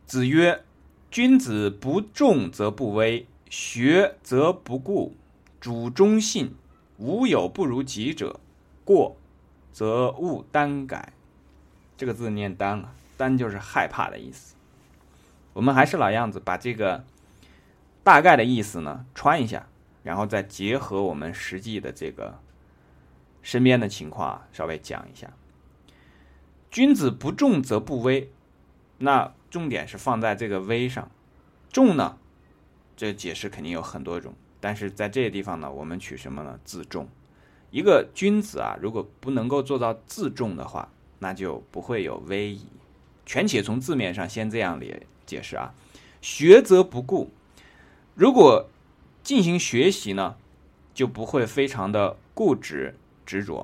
子曰：君子不重则不威，学则不固，主忠信，无有不如己者，过则勿单改。这个字念单啊，单就是害怕的意思。我们还是老样子，把这个大概的意思呢穿一下，然后再结合我们实际的这个身边的情况稍微讲一下。君子不重则不威，那重点是放在这个威上。重呢，这个解释肯定有很多种，但是在这个地方呢，我们取什么呢？自重。一个君子啊，如果不能够做到自重的话，那就不会有威仪。权且从字面上先这样解释啊。学则不固，如果进行学习呢，就不会非常的固执执着。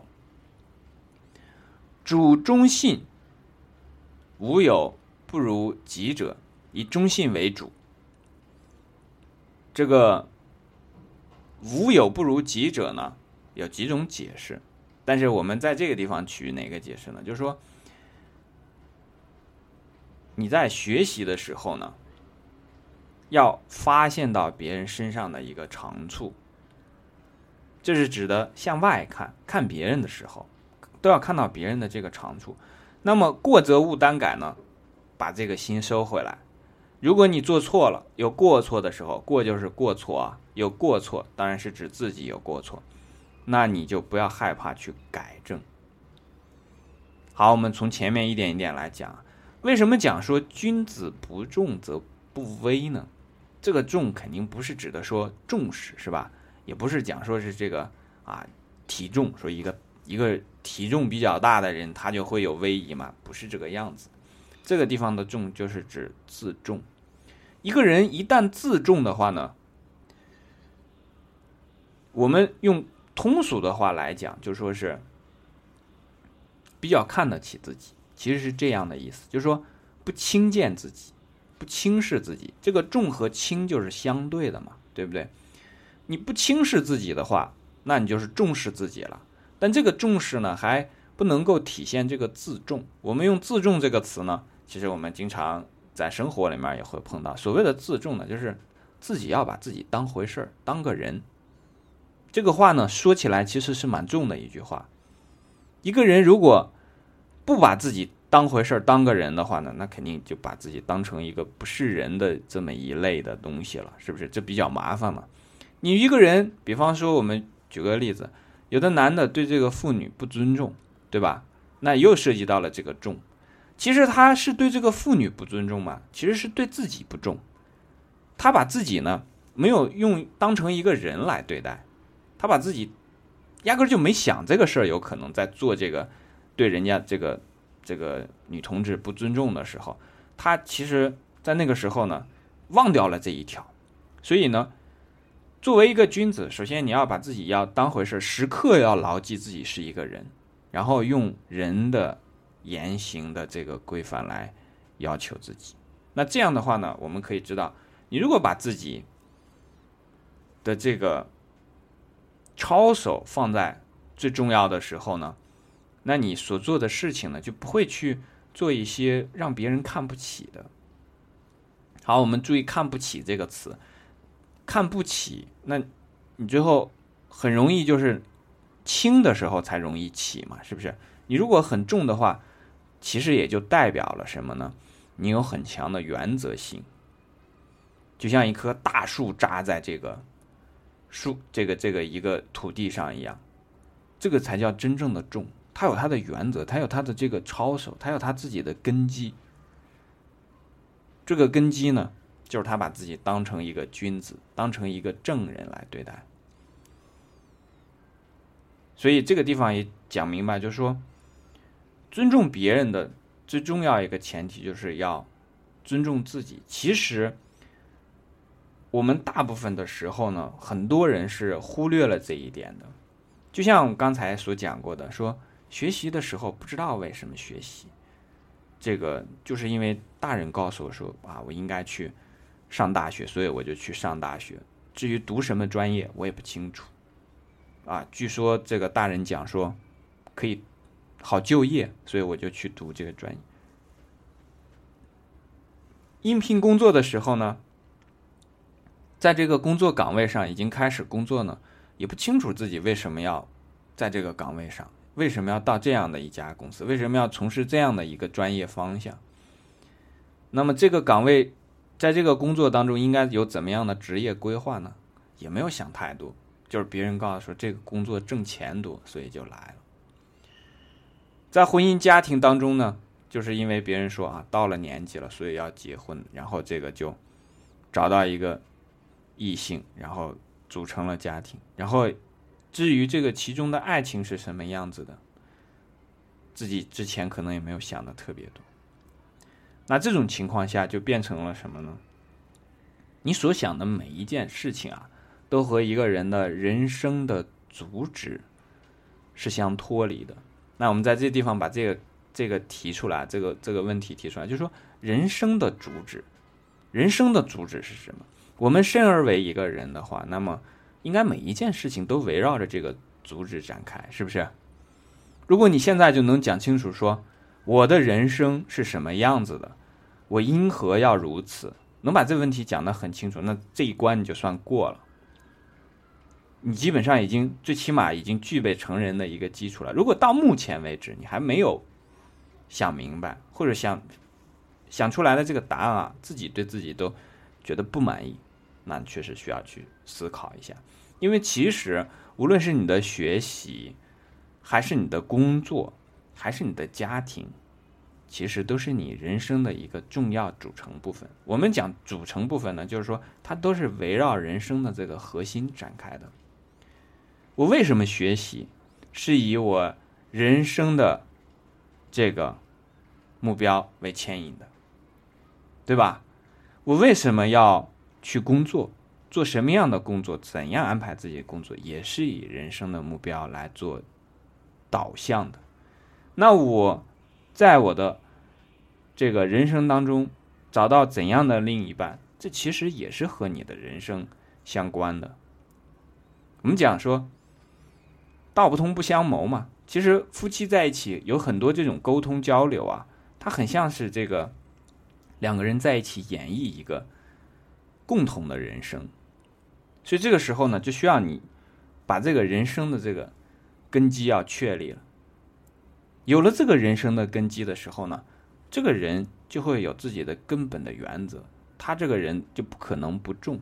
主忠信，无有不如己者，以忠信为主。这个无有不如己者呢，有几种解释，但是我们在这个地方取哪个解释呢？就是说，你在学习的时候呢，要发现到别人身上的一个长处，这是指的向外看别人的时候，都要看到别人的这个长处。那么过则勿单改呢，把这个心收回来。如果你做错了，有过错的时候，过就是过错啊，有过错当然是指自己有过错，那你就不要害怕去改正。好，我们从前面一点一点来讲，为什么讲说君子不重则不威呢？这个重肯定不是指的说重视，是吧？也不是讲说是这个体重，说一个体重比较大的人他就会有威仪嘛，不是这个样子。这个地方的重就是指自重。一个人一旦自重的话呢，我们用通俗的话来讲，就说是比较看得起自己，其实是这样的意思，就是说不轻贱自己，不轻视自己。这个重和轻就是相对的嘛，对不对？你不轻视自己的话，那你就是重视自己了。但这个重视呢，还不能够体现这个自重。我们用自重这个词呢，其实我们经常在生活里面也会碰到。所谓的自重呢，就是自己要把自己当回事，当个人。这个话呢，说起来其实是蛮重的一句话。一个人如果不把自己当回事，当个人的话呢，那肯定就把自己当成一个不是人的这么一类的东西了，是不是？这比较麻烦嘛。你一个人，比方说我们举个例子，有的男的对这个妇女不尊重，对吧？那又涉及到了这个重。其实他是对这个妇女不尊重嘛，其实是对自己不重。他把自己呢没有当成一个人来对待，他把自己压根就没想这个事儿，有可能在做这个对人家这个女同志不尊重的时候，他其实在那个时候呢忘掉了这一条。所以呢，作为一个君子，首先你要把自己要当回事，时刻要牢记自己是一个人，然后用人的言行的这个规范来要求自己。那这样的话呢，我们可以知道，你如果把自己的这个操守放在最重要的时候呢，那你所做的事情呢，就不会去做一些让别人看不起的。好，我们注意看不起这个词。看不起，那你最后很容易就是轻的时候才容易起嘛，是不是？你如果很重的话，其实也就代表了什么呢？你有很强的原则性，就像一棵大树扎在这个一个土地上一样，这个才叫真正的重。它有它的原则，它有它的这个操守，它有它自己的根基。这个根基呢，就是他把自己当成一个君子，当成一个正人来对待。所以这个地方也讲明白，就是说尊重别人的最重要一个前提就是要尊重自己。其实我们大部分的时候呢，很多人是忽略了这一点的。就像我刚才所讲过的，说学习的时候不知道为什么学习，这个就是因为大人告诉我说我应该去上大学，所以我就去上大学。至于读什么专业，我也不清楚。据说这个大人讲说可以好就业，所以我就去读这个专业。 应聘工作的时候呢，在这个工作岗位上已经开始工作呢，也不清楚自己为什么要在这个岗位上，为什么要到这样的一家公司，为什么要从事这样的一个专业方向。那么这个岗位在这个工作当中应该有怎么样的职业规划呢？也没有想太多，就是别人告诉说这个工作挣钱多，所以就来了。在婚姻家庭当中呢，就是因为别人说啊，到了年纪了，所以要结婚，然后这个就找到一个异性，然后组成了家庭，然后至于这个其中的爱情是什么样子的，自己之前可能也没有想的特别多。那这种情况下就变成了什么呢？你所想的每一件事情啊，都和一个人的人生的主旨是相脱离的。那我们在这个地方把这个提出来，这个问题提出来，就是说人生的主旨，人生的主旨是什么？我们生而为一个人的话，那么应该每一件事情都围绕着这个主旨展开，是不是？如果你现在就能讲清楚说我的人生是什么样子的，我因何要如此，能把这个问题讲得很清楚，那这一关你就算过了，你基本上最起码已经具备成人的一个基础了。如果到目前为止你还没有想明白，或者想出来的这个答案啊，自己对自己都觉得不满意，那你确实需要去思考一下。因为其实无论是你的学习，还是你的工作，还是你的家庭，其实都是你人生的一个重要组成部分。我们讲组成部分呢，就是说它都是围绕人生的这个核心展开的。我为什么学习？是以我人生的这个目标为牵引的，对吧？我为什么要去工作？做什么样的工作？怎样安排自己的工作？也是以人生的目标来做导向的。那我在我的这个人生当中找到怎样的另一半，这其实也是和你的人生相关的。我们讲说道不同不相谋嘛，其实夫妻在一起有很多这种沟通交流啊，它很像是这个两个人在一起演绎一个共同的人生。所以这个时候呢，就需要你把这个人生的这个根基要确立了。有了这个人生的根基的时候呢，这个人就会有自己的根本的原则，他这个人就不可能不重，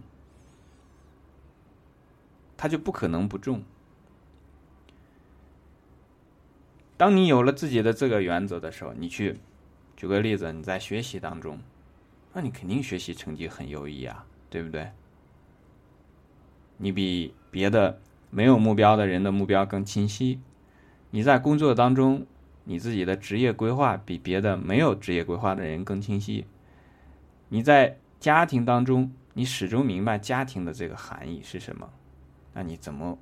当你有了自己的这个原则的时候，你去举个例子，你在学习当中，那你肯定学习成绩很优异啊，对不对？你比别的没有目标的人的目标更清晰。你在工作当中，你自己的职业规划比别的没有职业规划的人更清晰。你在家庭当中，你始终明白家庭的这个含义是什么，那你怎么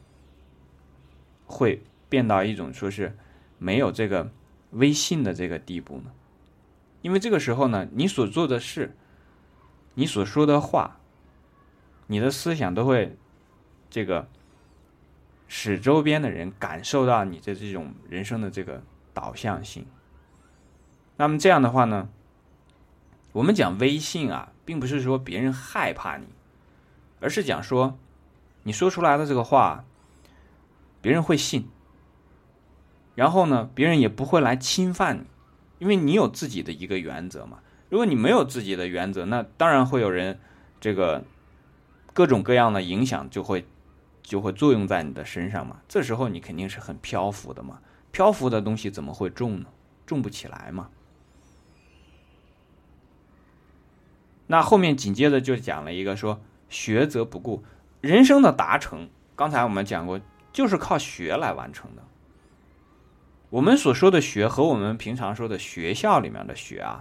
会变到一种说是没有这个微信的这个地步呢？因为这个时候呢，你所做的事，你所说的话，你的思想都会这个使周边的人感受到你的这种人生的这个导向性。那么这样的话呢，我们讲微信啊，并不是说别人害怕你，而是讲说你说出来的这个话别人会信，然后呢别人也不会来侵犯你，因为你有自己的一个原则嘛。如果你没有自己的原则，那当然会有人这个各种各样的影响就会作用在你的身上嘛。这时候你肯定是很漂浮的嘛，漂浮的东西怎么会重呢？重不起来嘛。那后面紧接着就讲了一个说学则不固，人生的达成，刚才我们讲过，就是靠学来完成的。我们所说的学和我们平常说的学校里面的学啊，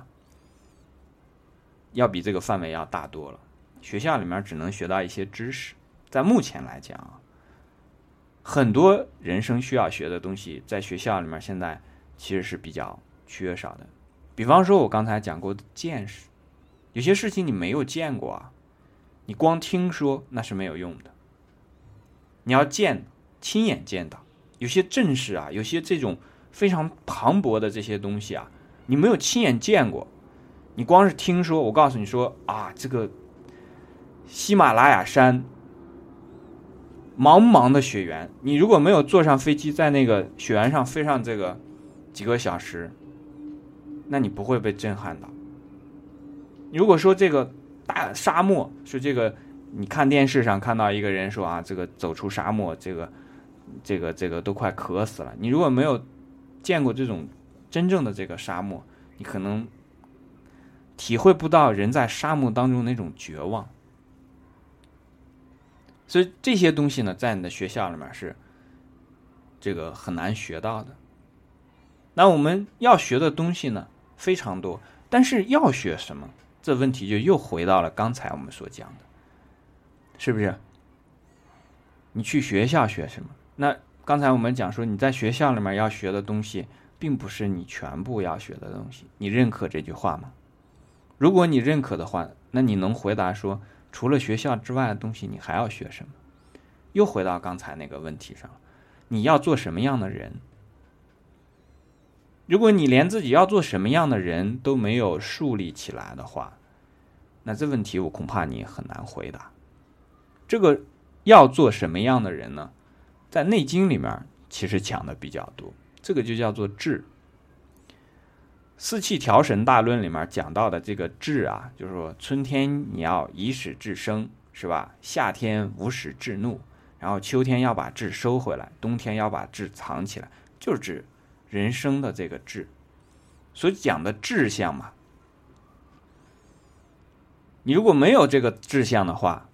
要比这个范围要大多了。学校里面只能学到一些知识，在目前来讲啊，很多人生需要学的东西在学校里面现在其实是比较缺少的。比方说我刚才讲过的见识，有些事情你没有见过啊，你光听说那是没有用的，你要亲眼见到。有些正事啊，有些这种非常磅礴的这些东西啊，你没有亲眼见过， 你光是听说，我告诉你说啊，这个喜马拉雅山茫茫的雪原，你如果没有坐上飞机，在那个雪原上飞上这个几个小时，那你不会被震撼到。如果说这个大沙漠是这个，你看电视上看到一个人说啊，这个走出沙漠，这个都快渴死了。你如果没有见过这种真正的这个沙漠，你可能体会不到人在沙漠当中那种绝望。所以这些东西呢，在你的学校里面是这个很难学到的。那我们要学的东西呢非常多，但是要学什么？这问题就又回到了刚才我们所讲的，是不是？你去学校学什么？那刚才我们讲说，你在学校里面要学的东西，并不是你全部要学的东西。你认可这句话吗？如果你认可的话，那你能回答说，除了学校之外的东西，你还要学什么？又回到刚才那个问题上，你要做什么样的人？如果你连自己要做什么样的人都没有树立起来的话，那这问题我恐怕你很难回答。这个要做什么样的人呢？在《内经》里面其实讲的比较多，这个就叫做志。四气调神大论里面讲到的这个志啊，就是说春天你要以使志生，是吧？夏天无使志怒，然后秋天要把志收回来，冬天要把志藏起来，就是指人生的这个志所讲的志向嘛。你如果没有这个志向的话，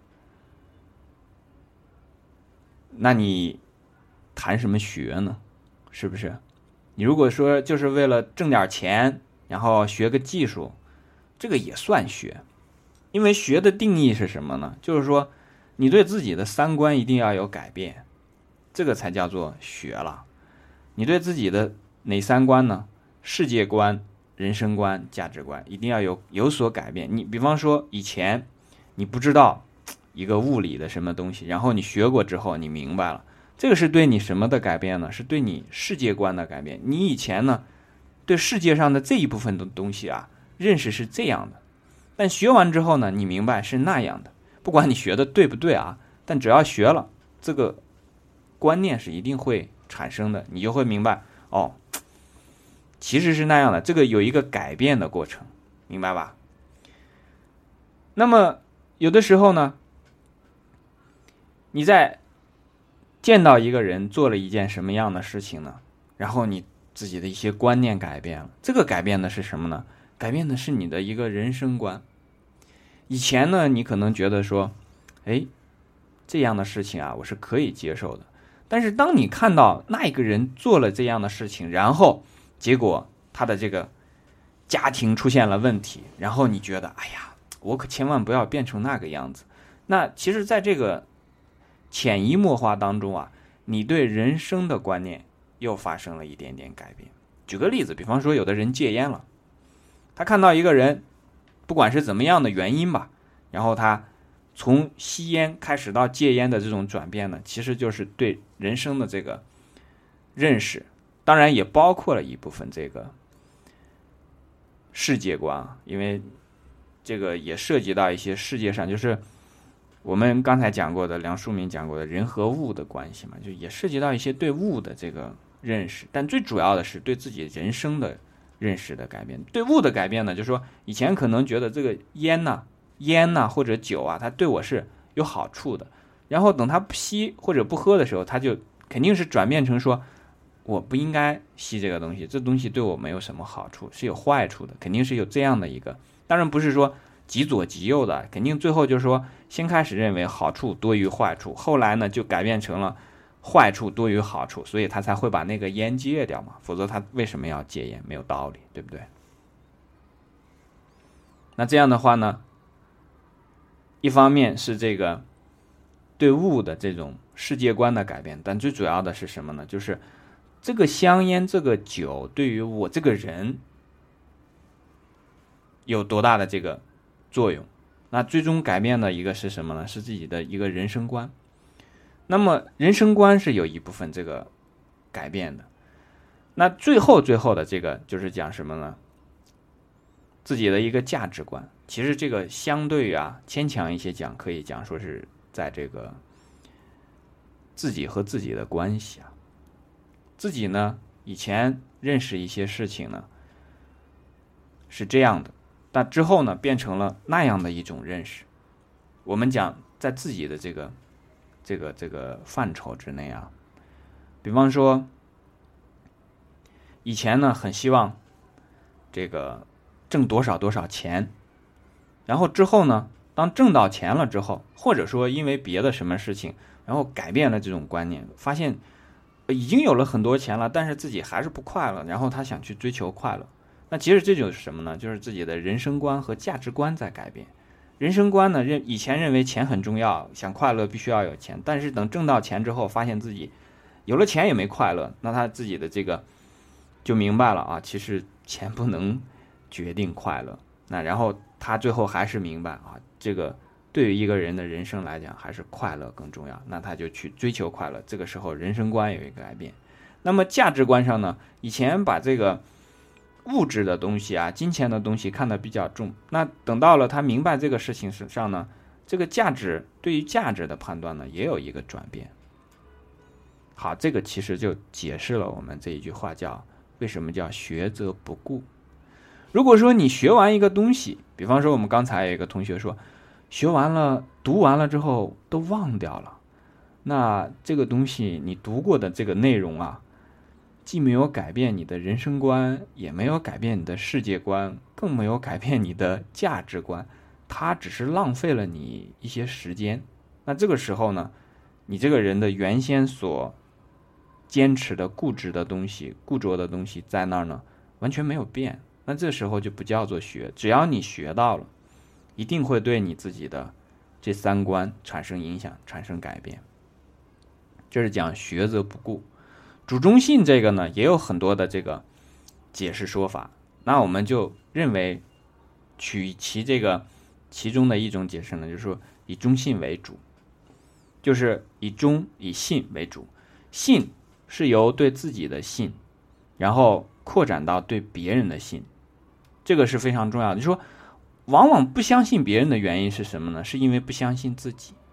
那你谈什么学呢？是不是？你如果说就是为了挣点钱，然后学个技术，这个也算学。因为学的定义是什么呢？就是说你对自己的三观一定要有改变，这个才叫做学了。你对自己的哪三观呢？世界观、人生观、价值观一定要有所改变。你比方说以前你不知道一个物理的什么东西，然后你学过之后你明白了，这个是对你什么的改变呢？是对你世界观的改变。你以前呢对世界上的这一部分的东西啊认识是这样的，但学完之后呢你明白是那样的。不管你学的对不对啊，但只要学了，这个观念是一定会产生的，你就会明白哦，其实是那样的，这个有一个改变的过程，明白吧？那么有的时候呢，你在见到一个人做了一件什么样的事情呢，然后你自己的一些观念改变了，这个改变的是什么呢？改变的是你的一个人生观。以前呢你可能觉得说，这样的事情啊我是可以接受的，但是当你看到那一个人做了这样的事情，然后结果他的这个家庭出现了问题，然后你觉得哎呀，我可千万不要变成那个样子。那其实在这个潜移默化当中啊，你对人生的观念又发生了一点点改变。举个例子，比方说有的人戒烟了，他看到一个人不管是怎么样的原因吧，然后他从吸烟开始到戒烟的这种转变呢，其实就是对人生的这个认识，当然也包括了一部分这个世界观，因为这个也涉及到一些世界上，就是我们刚才讲过的梁漱溟讲过的人和物的关系嘛，就也涉及到一些对物的这个认识，但最主要的是对自己人生的认识的改变。对物的改变呢，就是说以前可能觉得这个烟呐或者酒啊，它对我是有好处的，然后等他不吸或者不喝的时候，他就肯定是转变成说我不应该吸这个东西，这东西对我没有什么好处，是有坏处的，肯定是有这样的一个，当然不是说极左极右的，肯定最后就是说先开始认为好处多于坏处，后来呢就改变成了坏处多于好处，所以他才会把那个烟戒掉嘛，否则他为什么要戒烟？没有道理，对不对？那这样的话呢，一方面是这个对物的这种世界观的改变，但最主要的是什么呢？就是这个香烟这个酒对于我这个人有多大的这个作用。那最终改变的一个是什么呢？是自己的一个人生观。那么人生观是有一部分这个改变的。那最后的这个就是讲什么呢？ 自己的一个价值观。其实这个相对牵强一些讲，可以讲说是在这个自己和自己的关系自己呢以前认识一些事情呢是这样的，但之后呢变成了那样的一种认识。我们讲在自己的这个范畴之内比方说以前呢很希望这个挣多少多少钱，然后之后呢当挣到钱了之后，或者说因为别的什么事情，然后改变了这种观念，发现已经有了很多钱了，但是自己还是不快乐，然后他想去追求快乐。那其实这就是什么呢？就是自己的人生观和价值观在改变。人生观呢，以前认为钱很重要，想快乐必须要有钱，但是等挣到钱之后，发现自己有了钱也没快乐，那他自己的这个就明白了其实钱不能决定快乐。那然后他最后还是明白这个对于一个人的人生来讲，还是快乐更重要。那他就去追求快乐，这个时候人生观有一个改变。那么价值观上呢，以前把这个物质的东西金钱的东西看得比较重，那等到了他明白这个事情上呢，这个价值对于价值的判断呢也有一个转变。好，这个其实就解释了我们这一句话叫为什么叫学则不固。如果说你学完一个东西，比方说我们刚才有一个同学说学完了读完了之后都忘掉了，那这个东西你读过的这个内容既没有改变你的人生观，也没有改变你的世界观，更没有改变你的价值观，它只是浪费了你一些时间。那这个时候呢，你这个人的原先所坚持的固执的东西，固着的东西在那儿呢完全没有变，那这时候就不叫做学。只要你学到了，一定会对你自己的这三观产生影响，产生改变。这是讲学则不固。主中性这个呢也有很多的这个解释说法，那我们就认为取其中的一种解释呢，就是说以中性为主，就是以忠以信为主。信是由对自己的信，然后扩展到对别人的信，这个是非常重要的。就是说往往不相信别人的原因是什么呢？是因为不相信自己。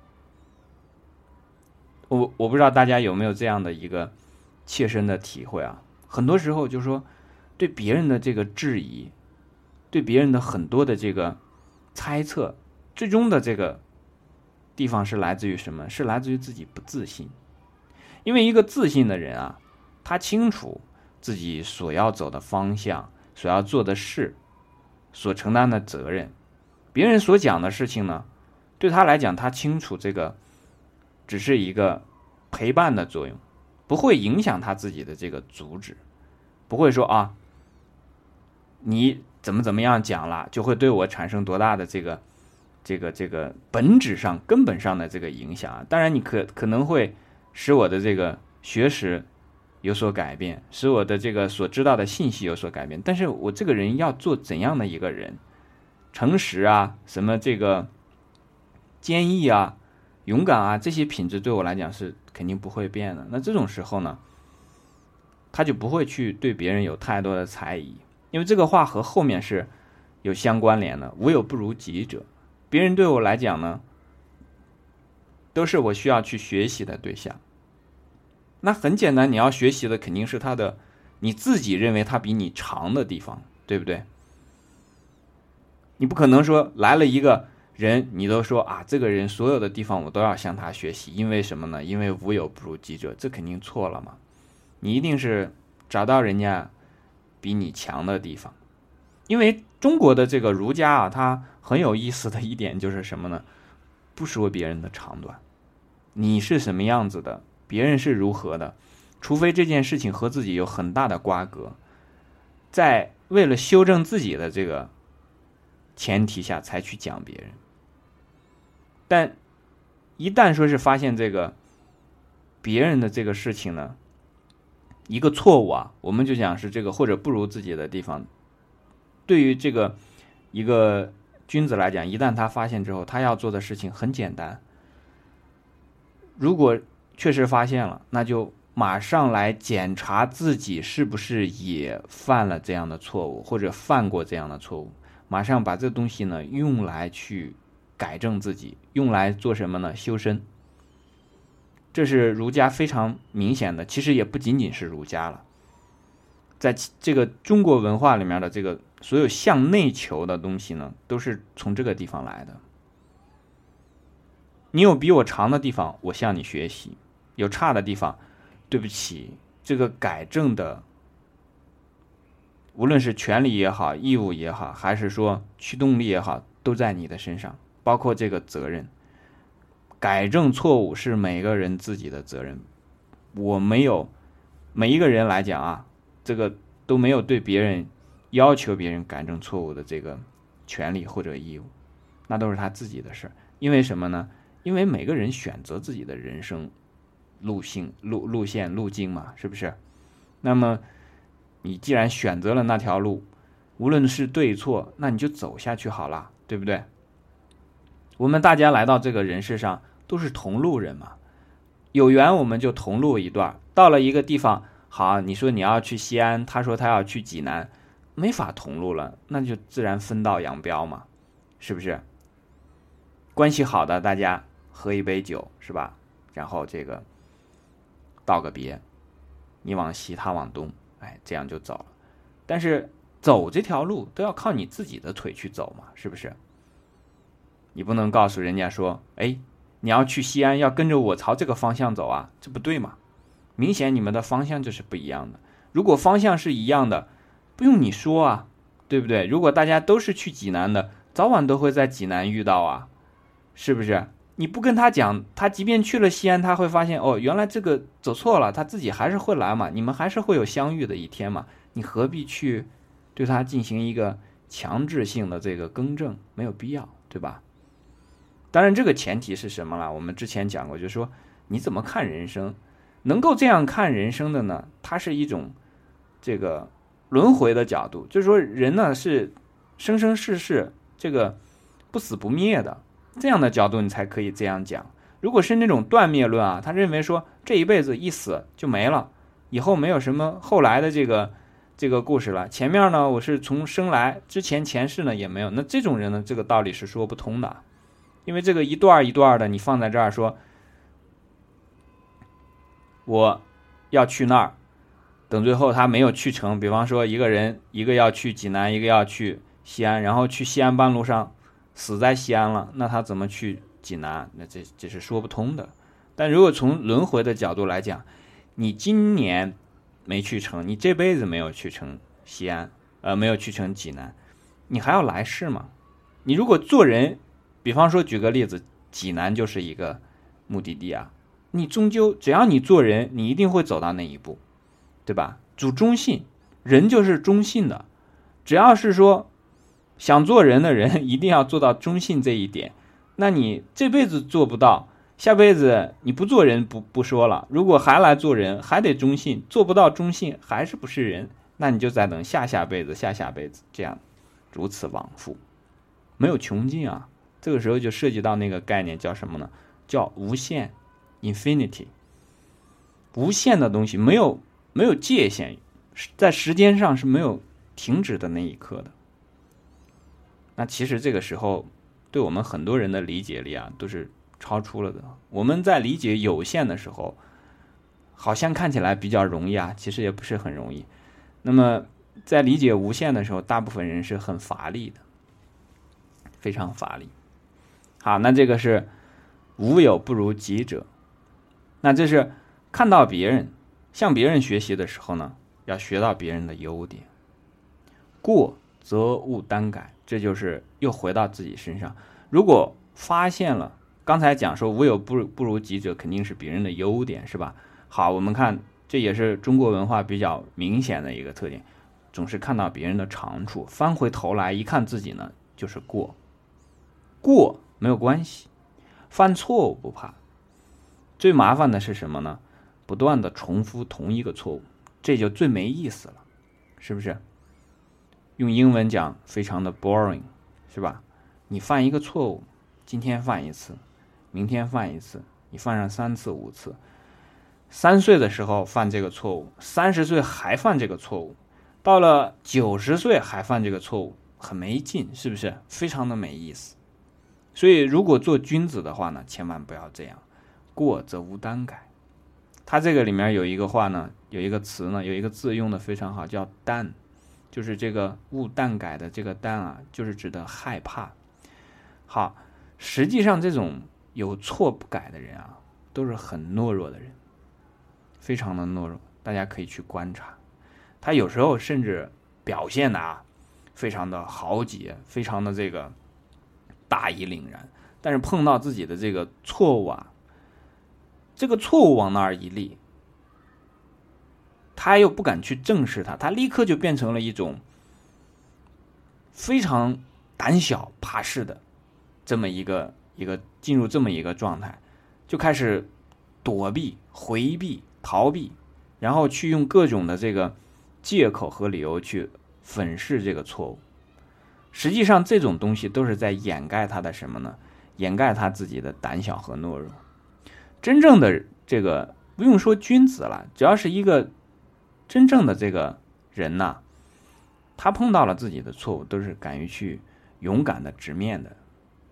我不知道大家有没有这样的一个切身的体会很多时候就是说对别人的这个质疑，对别人的很多的这个猜测，最终的这个地方是来自于什么？是来自于自己不自信。因为一个自信的人他清楚自己所要走的方向，所要做的事，所承担的责任。别人所讲的事情呢，对他来讲，他清楚这个只是一个陪伴的作用，不会影响他自己的这个主旨，不会说你怎么样讲了，就会对我产生多大的这个本质上根本上的这个影响。当然你可能会使我的这个学识有所改变，使我的这个所知道的信息有所改变，但是我这个人要做怎样的一个人，诚实什么这个坚毅勇敢这些品质对我来讲是肯定不会变的。那这种时候呢，他就不会去对别人有太多的猜疑，因为这个话和后面是有相关联的。无有不如己者，别人对我来讲呢，都是我需要去学习的对象。那很简单，你要学习的肯定是他的你自己认为他比你长的地方，对不对？你不可能说来了一个人，你都说这个人所有的地方我都要向他学习，因为什么呢？因为无有不如己者，这肯定错了嘛。你一定是找到人家比你强的地方。因为中国的这个儒家它很有意思的一点就是什么呢？不说别人的长短，你是什么样子的，别人是如何的，除非这件事情和自己有很大的瓜葛，在为了修正自己的这个前提下才去讲别人。但一旦说是发现这个别人的这个事情呢，一个错误我们就讲是这个或者不如自己的地方，对于这个一个君子来讲，一旦他发现之后，他要做的事情很简单，如果确实发现了，那就马上来检查自己是不是也犯了这样的错误，或者犯过这样的错误， 马上把这东西呢用来去改正自己，用来做什么呢？修身。这是儒家非常明显的，其实也不仅仅是儒家了，在这个中国文化里面的这个所有向内求的东西呢，都是从这个地方来的。你有比我长的地方，我向你学习；有差的地方，对不起，这个改正的，无论是权利也好，义务也好，还是说驱动力也好，都在你的身上，包括这个责任。改正错误是每个人自己的责任，我没有，每一个人来讲啊，这个都没有对别人要求别人改正错误的这个权利或者义务，那都是他自己的事。因为什么呢？因为每个人选择自己的人生路线路径嘛，是不是？那么你既然选择了那条路，无论是对错，那你就走下去好了，对不对？我们大家来到这个人世上都是同路人嘛，有缘我们就同路一段，到了一个地方，好，你说你要去西安，他说他要去济南，没法同路了，那就自然分道扬镳嘛，是不是？关系好的大家喝一杯酒，是吧？然后这个道个别，你往西，他往东，这样就走了。但是走这条路都要靠你自己的腿去走嘛，是不是？你不能告诉人家说，你要去西安，要跟着我朝这个方向走啊，这不对嘛？明显你们的方向就是不一样的。如果方向是一样的，不用你说啊，对不对？如果大家都是去济南的，早晚都会在济南遇到啊，是不是？你不跟他讲，他即便去了西安，他会发现原来这个走错了，他自己还是会来嘛，你们还是会有相遇的一天嘛，你何必去对他进行一个强制性的这个更正？没有必要，对吧？当然这个前提是什么了？我们之前讲过，就是说你怎么看人生，能够这样看人生的呢，它是一种这个轮回的角度，就是说人呢是生生世世这个不死不灭的，这样的角度你才可以这样讲。如果是那种断灭论啊，他认为说这一辈子一死就没了，以后没有什么后来的这个故事了，前面呢我是从生来之前前世呢也没有，那这种人呢这个道理是说不通的。因为这个一段一段的你放在这儿说我要去那儿，等最后他没有去成，比方说一个人一个要去济南，一个要去西安，然后去西安半路上死在西安了，那他怎么去济南？那这是说不通的。但如果从轮回的角度来讲，你今年没去成，你这辈子没有去成西安，没有去成济南，你还要来世吗？你如果做人，比方说举个例子，济南就是一个目的地啊，你终究只要你做人，你一定会走到那一步，对吧？主忠信，人就是忠信的，只要是说想做人的人，一定要做到忠信这一点。那你这辈子做不到，下辈子你不做人不说了，如果还来做人，还得忠信，做不到忠信还是不是人，那你就再等下辈子这样如此往复，没有穷尽啊。这个时候就涉及到那个概念叫什么呢？叫无限 infinity。 无限的东西没有界限，在时间上是没有停止的那一刻的。那其实这个时候对我们很多人的理解力啊都是超出了的。我们在理解有限的时候好像看起来比较容易啊，其实也不是很容易。那么在理解无限的时候，大部分人是很乏力的，非常乏力。好，那这个是无有不如己者。那这是看到别人向别人学习的时候呢，要学到别人的优点。过则勿单改，这就是又回到自己身上。如果发现了，刚才讲说无有不如己者，肯定是别人的优点，是吧？好，我们看这也是中国文化比较明显的一个特点，总是看到别人的长处，翻回头来一看自己呢，就是过没有关系，犯错误不怕，最麻烦的是什么呢？不断的重复同一个错误，这就最没意思了，是不是？用英文讲非常的 boring， 是吧？你犯一个错误，今天犯一次，明天犯一次，你犯上3次5次，3岁的时候犯这个错误，30岁还犯这个错误，到了90岁还犯这个错误， 很没劲，是不是？非常的没意思。所以如果做君子的话呢，千万不要这样，过则无耽改。他这个里面有一个话呢，有一个词呢，有一个字用的非常好，叫耽，就是这个勿耽改的这个耽啊，就是指的害怕。好，实际上这种有错不改的人啊，都是很懦弱的人，非常的懦弱。大家可以去观察，他有时候甚至表现的啊，非常的豪杰，非常的这个大义凛然，但是碰到自己的这个错误啊，这个错误往那儿一立，他又不敢去正视它，他立刻就变成了一种非常胆小怕事的这么一个进入这么一个状态，就开始躲避、回避、逃避，然后去用各种的这个借口和理由去粉饰这个错误。实际上这种东西都是在掩盖他的什么呢？掩盖他自己的胆小和懦弱。真正的这个不用说君子了，只要是一个真正的这个人呐，他碰到了自己的错误，都是敢于去勇敢的直面的。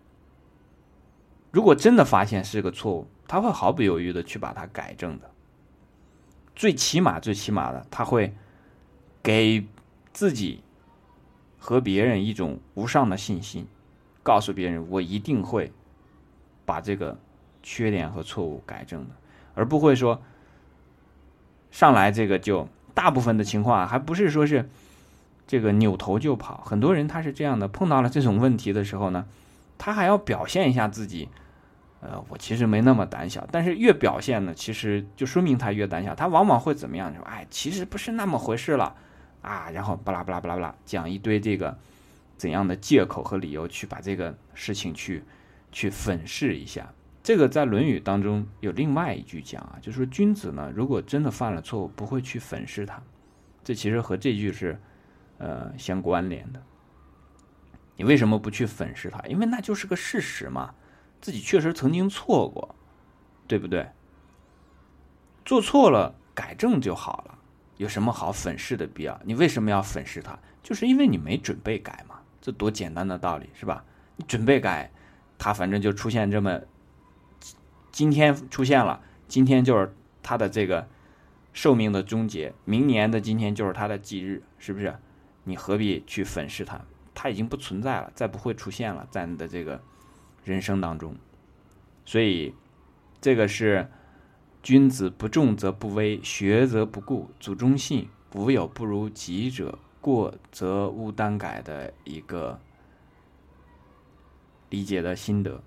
如果真的发现是个错误，他会毫不犹豫的去把它改正的。最起码的，他会给自己和别人一种无上的信心，告诉别人我一定会把这个缺点和错误改正的，而不会说上来这个就大部分的情况还不是说是这个扭头就跑。很多人他是这样的，碰到了这种问题的时候呢，他还要表现一下自己，我其实没那么胆小，但是越表现呢，其实就说明他越胆小。他往往会怎么样？说，其实不是那么回事了啊，然后巴拉巴拉巴拉巴拉讲一堆这个怎样的借口和理由去把这个事情去粉饰一下。这个在《论语》当中有另外一句讲啊，就是说君子呢，如果真的犯了错误，不会去粉饰它。这其实和这句是相关联的。你为什么不去粉饰它？因为那就是个事实嘛，自己确实曾经错过，对不对？做错了改正就好了，有什么好粉饰的必要？你为什么要粉饰它？就是因为你没准备改嘛，这多简单的道理是吧？你准备改，它反正就出现这么，今天出现了，今天就是它的这个寿命的终结，明年的今天就是它的忌日，是不是？你何必去粉饰它？它已经不存在了，再不会出现了，在你的这个人生当中。所以这个是君子不重则不威，学则不固，祖忠信，无有不如己者，过则勿耽改的一个理解的心得。